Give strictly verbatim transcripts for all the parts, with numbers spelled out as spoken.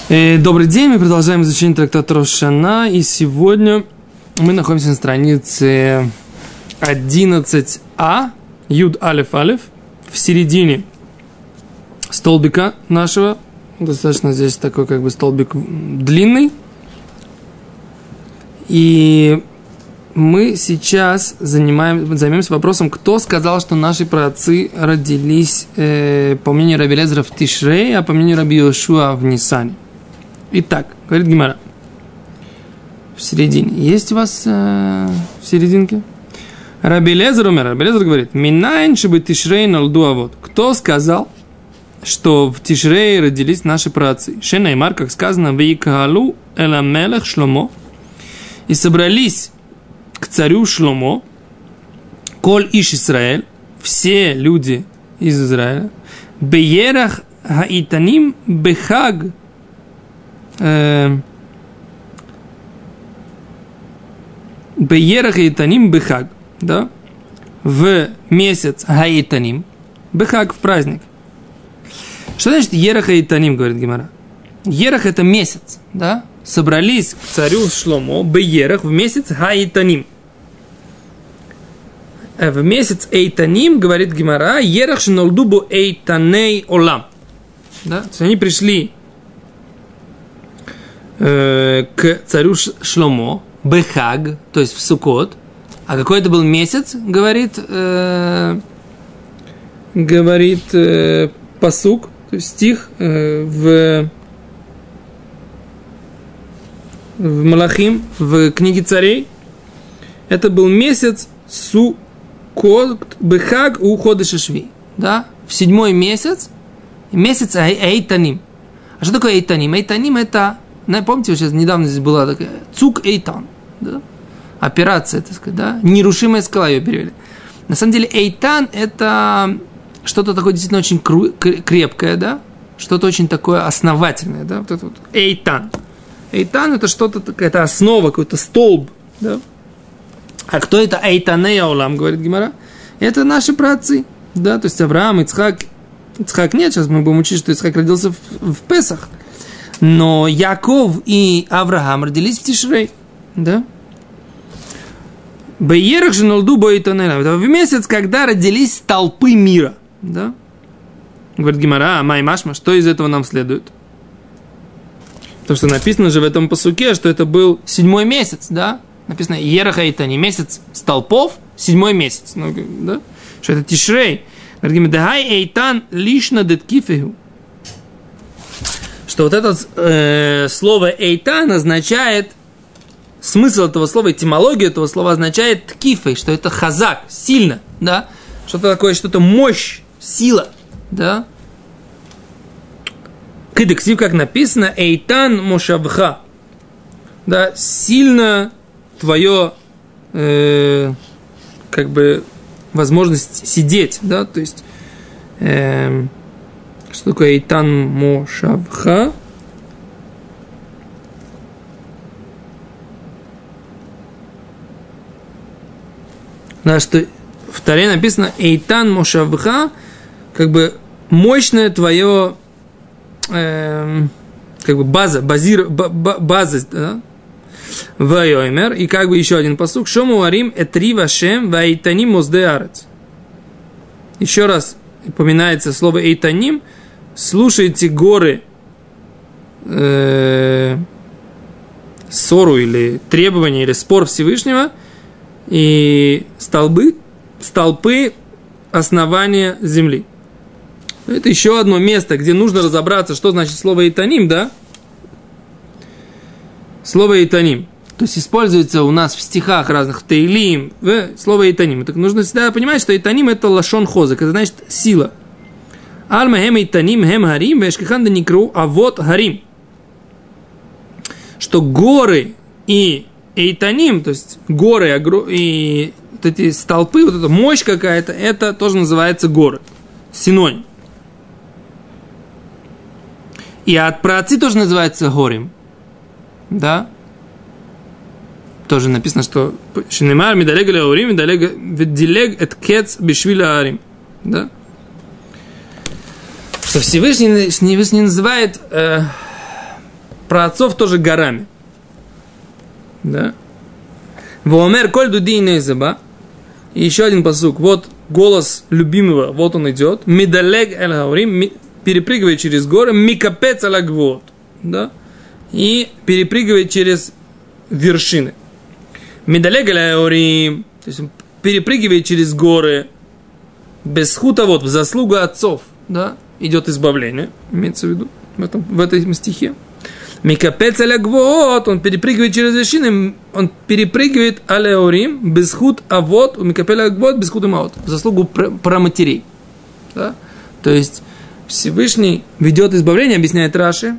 Добрый день, мы продолжаем изучение трактата Рош ха-Шана, и сегодня мы находимся на странице одиннадцать а, Юд Алеф Алеф, в середине столбика нашего, достаточно здесь такой как бы столбик длинный, и мы сейчас занимаем, займемся вопросом, кто сказал, что наши праотцы родились, э, по мнению Раби Элиэзера, в Тишрей, а по мнению Раби Йошуа в Нисане. Итак, говорит Гемара, в середине. Есть у вас э, в серединке? Раби Элиэзер умер. Раби Элиэзер говорит, «Минайн шебе Тишрей налду авот». Кто сказал, что в Тишрее родились наши праотцы? Шенеймар, как сказано, «Вейкаалу эла мелех Шломо». И собрались к царю Шломо, «Коль иш Исраэль», все люди из Израиля, «Беерах хаитаним бехаг». Беерах хаитаним бехаг, да, в месяц хаитаним, бехаг в праздник. Что значит ерах хаитаним, говорит Гемара? Ерах это месяц, да, собрались к царю Шломо, беерах в месяц хаитаним. В месяц эйтаним, говорит Гемара, ерах шнолдубу эйтаней олам, да, то есть они пришли к царю Шломо, Бехаг, то есть в Суккот. А какой это был месяц, говорит, э, говорит э, пасук, то есть стих э, в, в Малахим, в книге царей. Это был месяц Суккот, Бехаг у Ходеша Шви, да, в седьмой месяц, месяц Эйтаним. А что такое Эйтаним? Эйтаним это, помните, сейчас недавно здесь была такая Цук Эйтан, да? Операция, так сказать, да? Нерушимая скала ее перевели. На самом деле Эйтан это что-то такое действительно очень крепкое, да? Что-то очень такое основательное, да? Вот это вот Эйтан. Эйтан это что-то, какая-то основа, какой-то столб, да? А кто это Эйтаней Аулам, говорит Гемара? Это наши праотцы, да? То есть Авраам, Ицхак, Ицхак нет, сейчас мы будем учить, что Ицхак родился в, в Песах. Но Яков и Авраам родились в Тишрей, да? Беерах же налду боитанера. Это в месяц, когда родились толпы мира, да? Говорит Гемара, а Маймашма, что из этого нам следует? Потому что написано же в этом пасуке, что это был седьмой месяц, да? Написано Ерах Эйтани, месяц столпов, седьмой месяц, ну, да? Что это Тишрей. Говорит Гемара, дагай Эйтан лишна деткифеху. Что вот это э, слово «эйтан» означает, смысл этого слова, этимология этого слова означает «ткифей», что это хазак, сильно, да, что-то такое, что-то мощь, сила, да. Кедексив, как написано, «эйтан мошавха», да, сильно твое, э, как бы, возможность сидеть, да, то есть... Э, Что такое Эйтан Мошавха? Да, что в Торе написано Эйтан Мошавха, как бы мощная твое, э, как бы база, базир, база, да? Вайомер, и как бы еще один пасук, Шому Арим Этри Вашем Вайтаним Мозде Арец. Еще раз упоминается слово Эйтаним. Слушайте горы э, ссору или требования, или спор Всевышнего, и столбы, столпы основания земли. Это еще одно место, где нужно разобраться, что значит слово «эйтаним», да? Слово «эйтаним». То есть используется у нас в стихах разных, в Теилим, в слово «эйтаним». Так нужно всегда понимать, что «эйтаним» это лашон хозак, это значит сила. Альма хем эйтаним хем харим вешкихан да никру авот харим. Что горы и эйтаним, то есть горы и вот эти столпы, вот эта мощь какая-то, это тоже называется горы. Синоним. И от праотцы тоже называется горим. Да? Тоже написано, что Шинемар мидалега леорим, мидалега веддилег эт кец бешвиля арим. Да? Что Всевышний, Всевышний называет э, праотцов тоже горами. Да? Воомер коль дудийная заба. И еще один пасук. Вот голос любимого, вот он идет. Мидалег эль гаурим, перепрыгивает через горы. Микапец алагвот. Да? И перепрыгивает через вершины. Мидалег эль гаурим, то есть он перепрыгивает через горы. Без хута вот, в заслугу отцов. Да? Идет избавление, имеется в виду в этом, в этом стихе. Микапец алягвот, он перепрыгивает через вершины, он перепрыгивает алеорим, безхут авот, у микапель алягвот, безхут имаот, в заслугу праматерей. Да? То есть Всевышний ведет избавление, объясняет Раши,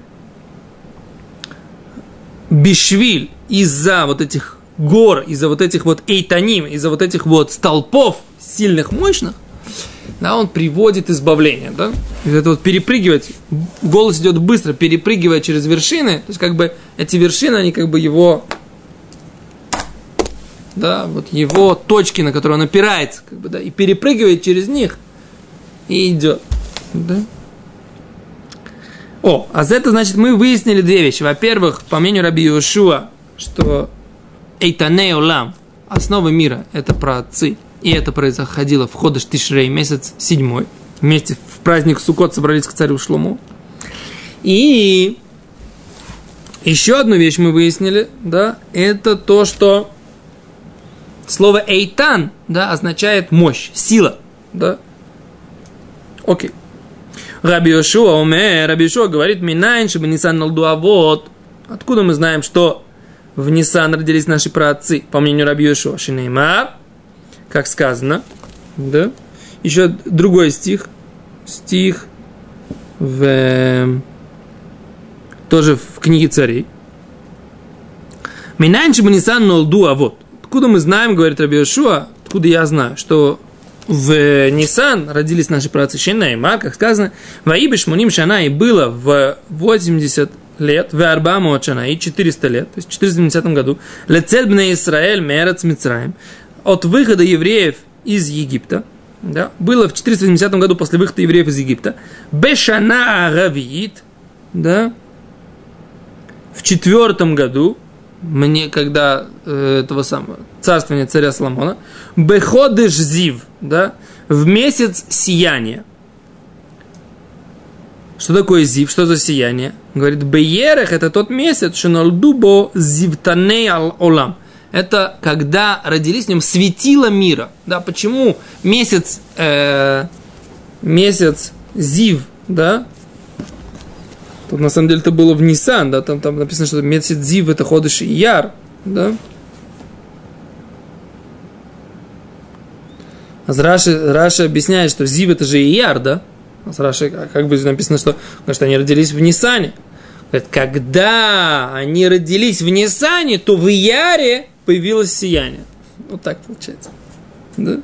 бишвиль, из-за вот этих гор, из-за вот этих вот эйтаним, из-за вот этих вот столпов сильных, мощных, да, он приводит избавление, да, это вот перепрыгивать, голос идет быстро, перепрыгивая через вершины, то есть как бы эти вершины, они как бы его, да, вот его точки, на которые он опирается, как бы, да, и перепрыгивает через них, и идет, да. О, а за это, значит, мы выяснили две вещи. Во-первых, по мнению Раби Йошуа, что Эйтаней Олам, основа мира, это праотцы. И это происходило в Ходеш Тишрей, месяц седьмой. Вместе в праздник Суккот собрались к царю Шлому. И еще одну вещь мы выяснили, да, это то, что слово «эйтан», да, означает мощь, сила, да. Окей. Раби Йошуа, омер, Раби Йошуа говорит, «Минайн, чтобы Нисан налду авот». Откуда мы знаем, что в Нисан родились наши праотцы, по мнению Раби Йошуа? Шинеймар, как сказано, да. Еще другой стих, стих в, тоже в книге Царей. Минайн шебу Нисан нолду авот. Откуда мы знаем, говорит Раби Йошуа, откуда я знаю, что в Нисан родились наши праотцы Шинеймар, как сказано, «Ваибе шмуним шана» и было в восемьдесят лет, в арбамот шана и четыреста лет, то есть в четыреста семидесятом году, «Лецель бней Исраэль мерец Мицраим», от выхода евреев из Египта, да, было в четыреста семидесятом году после выхода евреев из Египта, Бешана Аравиит, да, в четвертом году, мне, когда э, этого самого царствования царя Соломона, Беходеш Зив, да, в месяц сияния. Что такое Зив? Что за сияние? Говорит, Беерех, это тот месяц, Шинолдубо Зивтаней Ал-Олам. Это когда родились в нем светила мира. Да, почему месяц, э, месяц Зив, да? Тут на самом деле это было в Нисан, да, там, там написано, что месяц Зив это Ходеш Ияр, да? А Раши, Раши объясняет, что Зив это же Ияр, да? А Раши как бы написано, что, что они родились в Нисане. Говорит, когда они родились в Нисане, то в Ияре появилось сияние. Вот так получается. Да?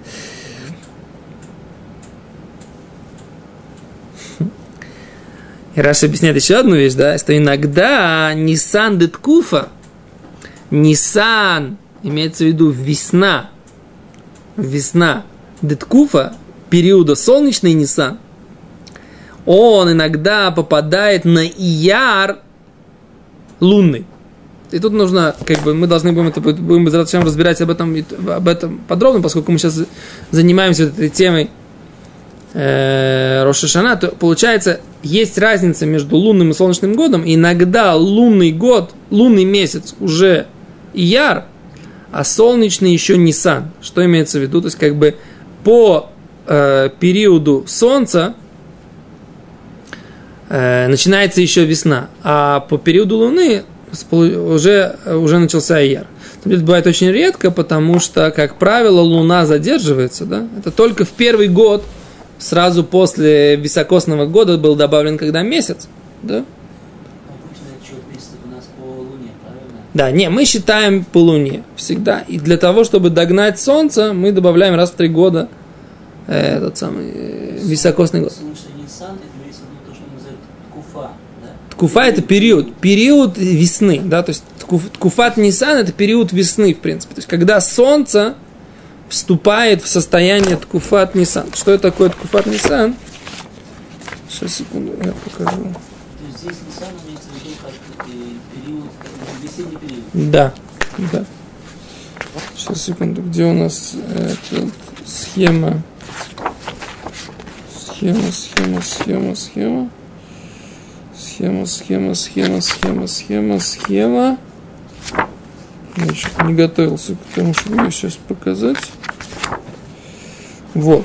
И Раши объясняет еще одну вещь, да, что иногда Нисан деткуфа, Нисан, имеется в виду весна, весна деткуфа, периода солнечный Нисан, он иногда попадает на Ияр лунный. И тут нужно, как бы, мы должны будем, это, будем зачем разбирать об этом, об этом подробно, поскольку мы сейчас занимаемся этой темой э, Рош ха-Шана, то получается, есть разница между лунным и солнечным годом. Иногда лунный год, лунный месяц уже Ияр, а солнечный еще Нисан. Что имеется в виду? То есть, как бы, по э, периоду солнца э, начинается еще весна, а по периоду луны уже, уже начался Ияр. Это бывает очень редко, потому что, как правило, луна задерживается, да? Это только в первый год, сразу после високосного года был добавлен когда месяц, да? Обычно отчет месяцев у нас по луне, правильно? Да, не, мы считаем по луне всегда. И для того, чтобы догнать солнце, мы добавляем раз в три года э, этот самый э, високосный год. Солнечный Нисан, это имеется в виду то, что называют ткуфа, да? Ткуфа – это период, период весны, да, то есть ткуфат Нисан – это период весны, в принципе. То есть, когда солнце вступает в состояние ткуфат Нисан. Что это такое ткуфат Нисан? Сейчас, секунду, я покажу. есть здесь Нисан имеется в виду как период, как весенний период. Да, да. Сейчас, секунду, где у нас эта схема? Схема, схема, схема, схема. Схема, схема, схема, схема, схема, схема. Я еще не готовился к тому, чтобы ее сейчас показать. Вот.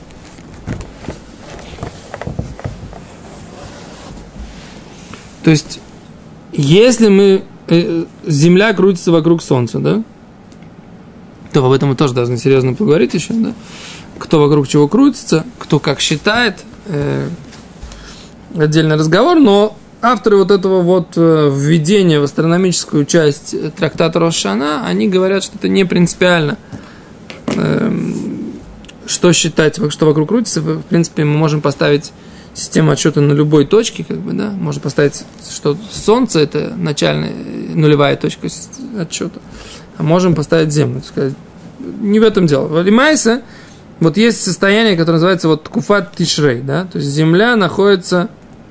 То есть, если мы... Э, Земля крутится вокруг Солнца, да? То об этом мы тоже должны серьезно поговорить еще, да? Кто вокруг чего крутится, кто как считает. Э, отдельный разговор, но авторы вот этого вот введения в астрономическую часть трактата Рош ха-Шана, они говорят, что это не принципиально, что считать, что вокруг крутится. В принципе, мы можем поставить систему отсчета на любой точке, как бы, да, можно поставить, что Солнце – это начальная нулевая точка отсчета, а можем поставить Землю, сказать, не в этом дело. В Лимайсе вот есть состояние, которое называется вот Ткуфат Тишрей, да, то есть Земля находится,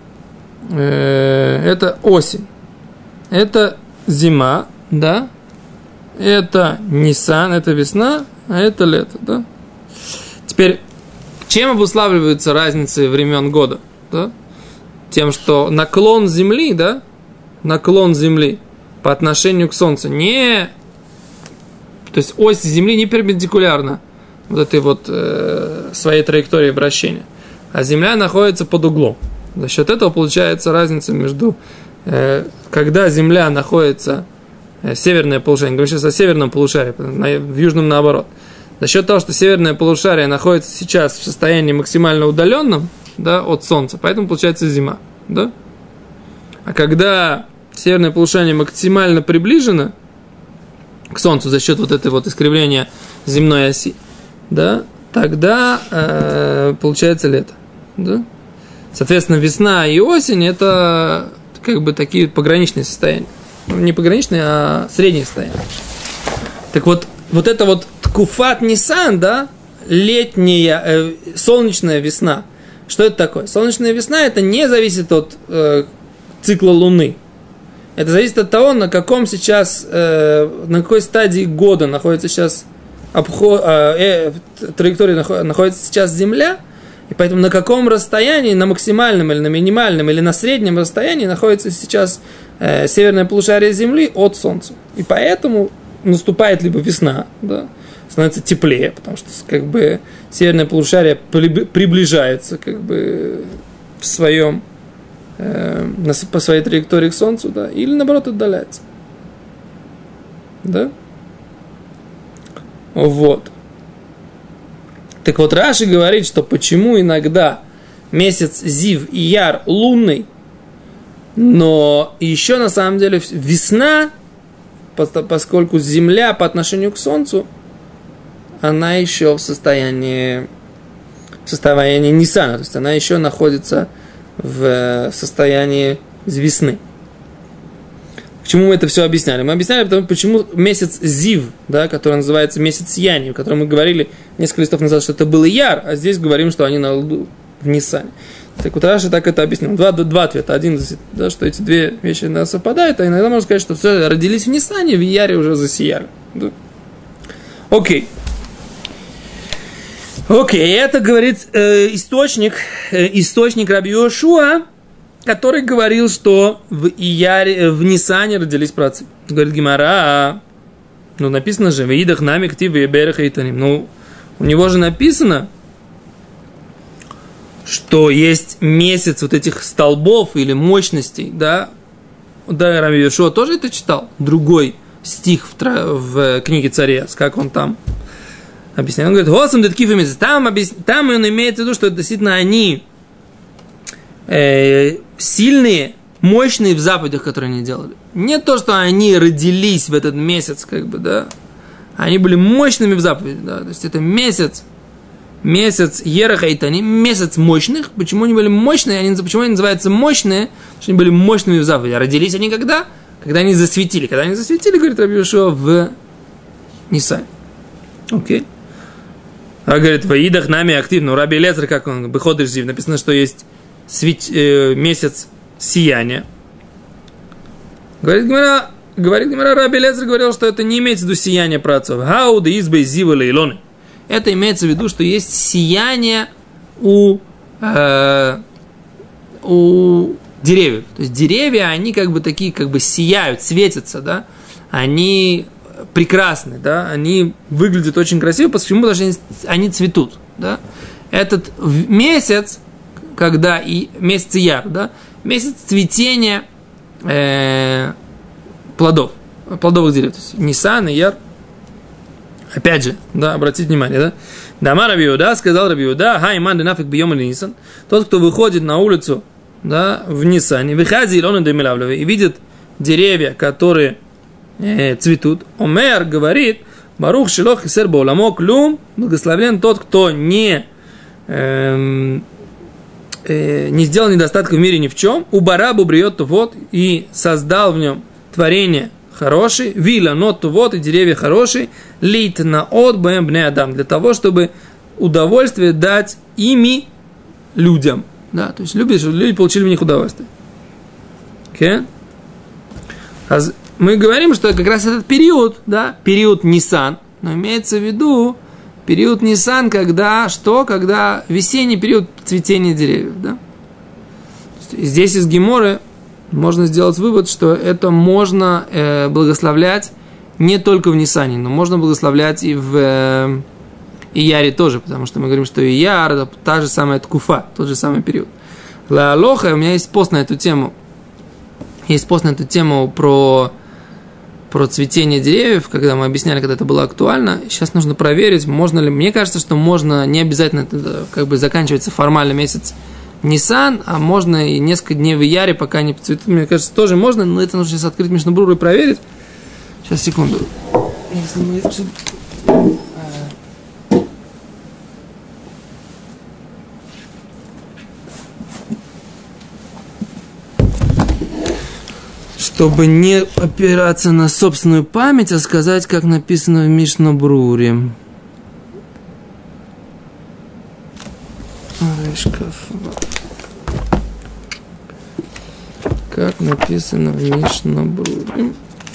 э, это осень, это зима, да, это Нисан, это весна, а это лето, да. Теперь, чем обуславливается разница времен года, да? Тем, что наклон Земли, да, наклон Земли по отношению к Солнцу не, то есть ось Земли не перпендикулярна вот этой вот э, своей траектории вращения, а Земля находится под углом. За счет этого получается разница между, э, когда Земля находится э, северное полушарие, говорю сейчас о северном полушарии, в южном наоборот. За счет того, что северное полушарие находится сейчас в состоянии максимально удаленном, да, от Солнца, поэтому получается зима, да? А когда северное полушарие максимально приближено к Солнцу за счет вот этой вот искривления земной оси, да, тогда э, получается лето, да? Соответственно, весна и осень – это как бы такие пограничные состояния. Не пограничные, а средние состояния. Так вот, вот это вот Ткуфат Нисан, да, летняя, э, солнечная весна. Что это такое? Солнечная весна – это не зависит от э, цикла Луны. Это зависит от того, на каком сейчас, э, на какой стадии года находится сейчас обход, э, э, траектории находится сейчас Земля, и поэтому на каком расстоянии, на максимальном или на минимальном или на среднем расстоянии находится сейчас э, северное полушарие Земли от Солнца. И поэтому наступает либо весна, да, становится теплее, потому что как бы северное полушарие приближается как бы в своем э, по своей траектории к Солнцу, да, или наоборот отдаляется, да. Вот. Так вот, Раши говорит, что почему иногда месяц Зив и Яр лунный, но еще на самом деле весна, поскольку Земля по отношению к Солнцу, она еще в состоянии, в состоянии Нисана, то есть она еще находится в состоянии весны. К чему мы это все объясняли? Мы объясняли, потому, почему месяц Зив, да, который называется месяц Яни, о котором мы говорили несколько листов назад, что это был Яр, а здесь говорим, что они на в Нисане. Так вот, Раши так это объяснил. Два, два ответа. Один, да, что эти две вещи иногда совпадают, а иногда можно сказать, что все, родились в Нисане, в Яре уже засияли. Да. Окей. Окей, это говорит э, источник, э, источник Раби Йошуа, который говорил, что в Ияре, в Нисане родились праотцы. Говорит Гемара, ну написано же, «Веидах нами ктив вееберех эйтаним». Ну, у него же написано, что есть месяц вот этих столбов или мощностей, да. Да, Раби Йошуа тоже это читал. Другой стих в, в книге Царя, как он там объясняет. Он говорит, «Госам деткиф имеется». Там, объяс... там он имеет в виду, что действительно они э, сильные, мощные в заповедях, которые они делали. Не то, что они родились в этот месяц, как бы, да. Они были мощными в заповедях, да. То есть это месяц, месяц Ерахайтани, месяц мощных. Почему они были мощные? Они, почему они называются мощные? Потому что они были мощными в заповедях. Родились они когда? Когда они засветили. Когда они засветили, говорит Раби Йошуа, в Нисане. Окей. А говорит, «Ваидах нами активно». У Раби Элиэзер, как он, «Беходыш зив», написано, что есть свет, э, месяц сияние. Говорит Гемара, говорит Гемара, Раби Элиэзер говорил, что это не имеется в виду сияние праотцов. Гауды избы зива лейлоны. Это имеется в виду, что есть сияние у, э, у деревьев. То есть деревья, они как бы такие, как бы сияют, светятся, да. Они прекрасны, да. Они выглядят очень красиво. Почему? Потому что они, они цветут, да. Этот месяц, когда и месяц Ияр, да, месяц цветения э, плодов, плодовых деревьев. То есть Нисан, Ияр. Опять же, да, обратите внимание, да. Дама Раби Иуда, сказал Раби Иуда, хай ман денафик бьем или Нисан. Тот, кто выходит на улицу, да, в Нисане, выходит илоны демилавлевы и видит деревья, которые э, цветут. Омер говорит, Барух шилох хисер бауламо клум, благословен тот, кто не э, э, не сделал недостатка в мире ни в чем. У барабу бриет вот и создал в нем творение хороший, вила, нот, вот и деревья хорошие, лит на от бэм бне адам, для того, чтобы удовольствие дать ими людям. Да, то есть люди, чтобы люди получили в них удовольствие. Okay? Мы говорим, что как раз этот период, да, период Нисан, но имеется в виду период Нисан, когда что? Когда весенний период цветения деревьев, да? Здесь из Геморы можно сделать вывод, что это можно э, благословлять не только в Нисане, но можно благословлять и в э, Ияре тоже, потому что мы говорим, что Ияр – это та же самая ткуфа, тот же самый период. Ла Алоха, у меня есть пост на эту тему, есть пост на эту тему про, про цветение деревьев, когда мы объясняли, когда это было актуально. Сейчас нужно проверить, можно ли, мне кажется, что можно, не обязательно это, как бы заканчивается формально месяц Нисан, а можно и несколько дней в Ияре, пока не цветут. Мне кажется, тоже можно, но это нужно сейчас открыть Мишну Брура и проверить. Сейчас, секунду. Если мы... Чтобы не опираться на собственную память, а сказать, как написано в Мишну Бруре. Как написано в Мишну Бруре.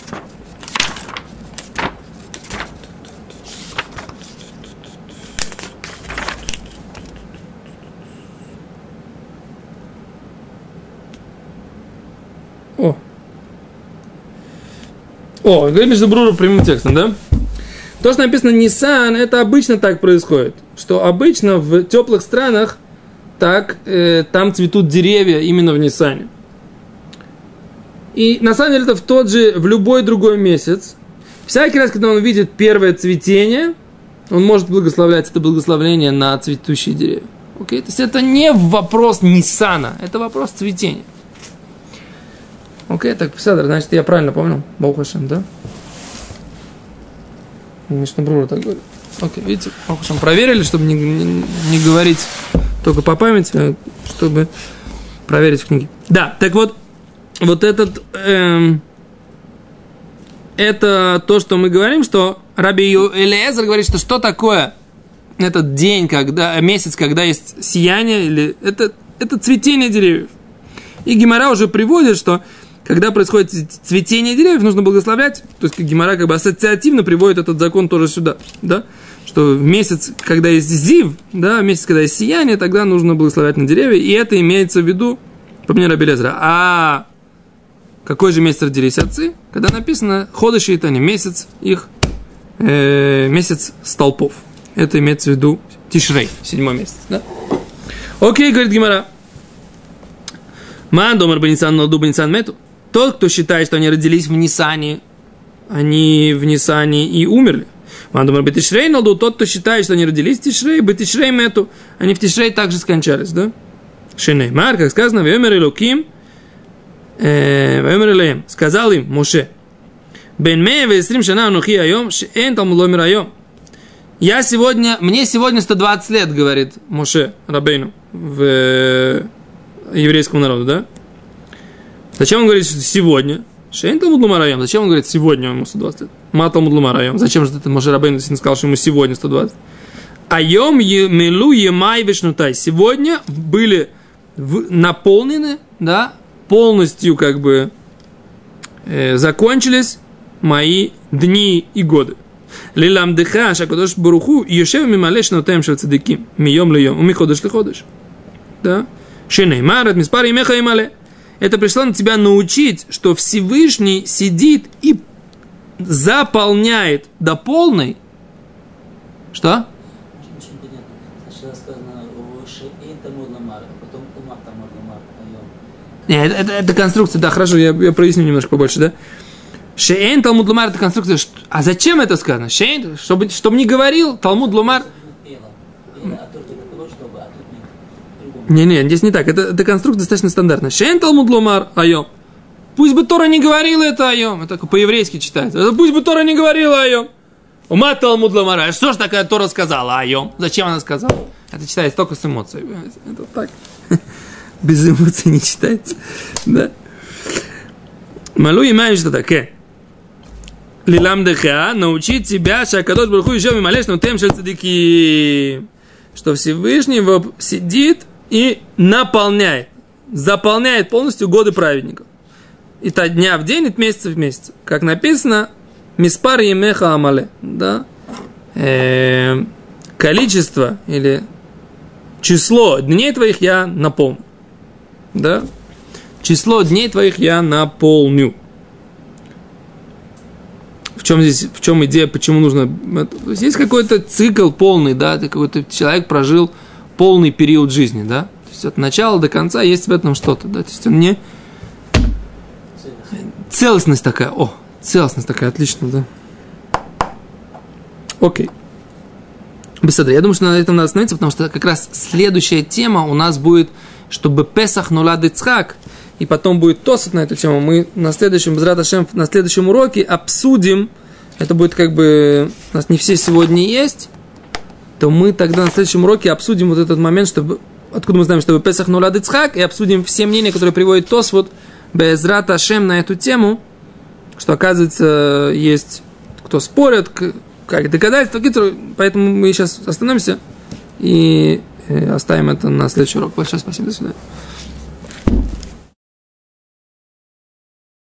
О! О, говорим Мишну Брура прямым текстом, да? То, что написано Нисан, это обычно так происходит. Что обычно в теплых странах так, э, там цветут деревья именно в Нисане. И на самом деле это в тот же, в любой другой месяц. Всякий раз, когда он видит первое цветение, он может благословлять это благословление на цветущие деревья. Окей? То есть это не вопрос Нисана, это вопрос цветения. Окей, так, Писадр, значит, я правильно помнил. Бог Хашем, да? Мишна Брура так говорит. Окей, видите, Бог Хашем проверили, чтобы не, не, не говорить только по памяти, а чтобы проверить в книге. Да, так вот, вот этот, эм, это то, что мы говорим, что Раби Элиэзер говорит, что что такое этот день, когда, месяц, когда есть сияние, или это, это цветение деревьев. И Гемара уже приводит, что когда происходит цветение деревьев, нужно благословлять. То есть Гемара как бы ассоциативно приводит этот закон тоже сюда, да? Что в месяц, когда есть зив, да, в месяц, когда есть сияние, тогда нужно благословлять на деревья. И это имеется в виду, по мнению Раби Элиэзера. А какой же месяц родились отцы? Когда написано Ходеш Шейтани, месяц их, э, месяц столпов. Это имеется в виду Тишрей, седьмой месяц, да? Окей, говорит Гемара. Ман домар бенисан, но ду бенисан мету. Тот, кто считает, что они родились в Нисане, они в Нисане и умерли. Ман домар бетишрей, но ду тот, кто считает, что они родились в Тишрей, бетишрей мету, они в Тишрей также скончались, да? Шеней мар, как сказано, вемер элоким, вемер элеем, сказал им Моше, бен мея вестрим шана анухи айом, шеэн талмуд ломер айом. Я сегодня, мне сегодня сто двадцать лет, говорит Моше Рабейну в еврейскому народу, да? Зачем он говорит, что сегодня? Шейн Талмуд Лумар Айом. Зачем он говорит, сегодня ему сто двадцать лет? Ма Талмуд Лумар Айом. Зачем же это Моше Рабейну не сказал, что ему сегодня сто двадцать? Айом мелу емай вишнутай. Сегодня были в, наполнены, да, полностью как бы э, закончились мои дни и годы. Лилам дыха, шакодош баруху, ешев мималеш нотем шел цадиким, мием льем, уми ходыш ли ходыш. Да? Шенеймар, от миспар имеха и мале. Это пришло на тебя научить, что Всевышний сидит и заполняет до полной. Что? Очень понятно. Сначала сказано, шеин тамуд ламар, а потом умах тамуд ламар. Нет, это, это, это конструкция, да, хорошо, я, я проясню немножко побольше, да? Шеин Талмуд Лумар, это конструкция. А зачем это сказано? Шеин, чтобы, чтобы не говорил Талмуд Лумар. Не-не, здесь не так. Это, это конструкция достаточно стандартная. Шеин Талмуд Лумар айом. Пусть бы Тора не говорила это айом. Это по-еврейски читается. Это пусть бы Тора не говорила айом. Ума Талмуд Лумар. А что ж такая Тора сказала айом? Зачем она сказала? Это читается только с эмоцией. Это так. Без эмоций не читается. Да. Малу имеешь что такое? Лилам деха, научить тебя, шакадош баруху еще мималеш, но тем цадики, что Всевышний сидит и наполняет, заполняет полностью годы праведников. И то дня в день, и месяца в месяц. Как написано, миспар емеха амале, да? Э, количество или число дней твоих я наполню. Да? Число дней твоих я наполню. В чем здесь, в чем идея, почему нужно... То есть, есть какой-то цикл полный, да, какой-то человек прожил полный период жизни, да. То есть, от начала до конца есть в этом что-то, да. То есть, он не... Целостность, целостность такая, о, целостность такая, отлично, да. Окей. Беседа, я думаю, что на этом надо остановиться, потому что как раз следующая тема у нас будет, чтобы Песах нулад Ицхак, и потом будет тосот на эту тему. Мы на следующем, Безрат Ашем, на следующем уроке обсудим, это будет как бы, у нас не все сегодня есть, то мы тогда на следующем уроке обсудим вот этот момент, чтобы, откуда мы знаем, чтобы Песах нулад Ицхак, и обсудим все мнения, которые приводит тосот Безрат Ашем на эту тему, что, оказывается, есть кто спорят, как доказательства, поэтому мы сейчас остановимся и оставим это на следующий урок. Большое спасибо, до свидания.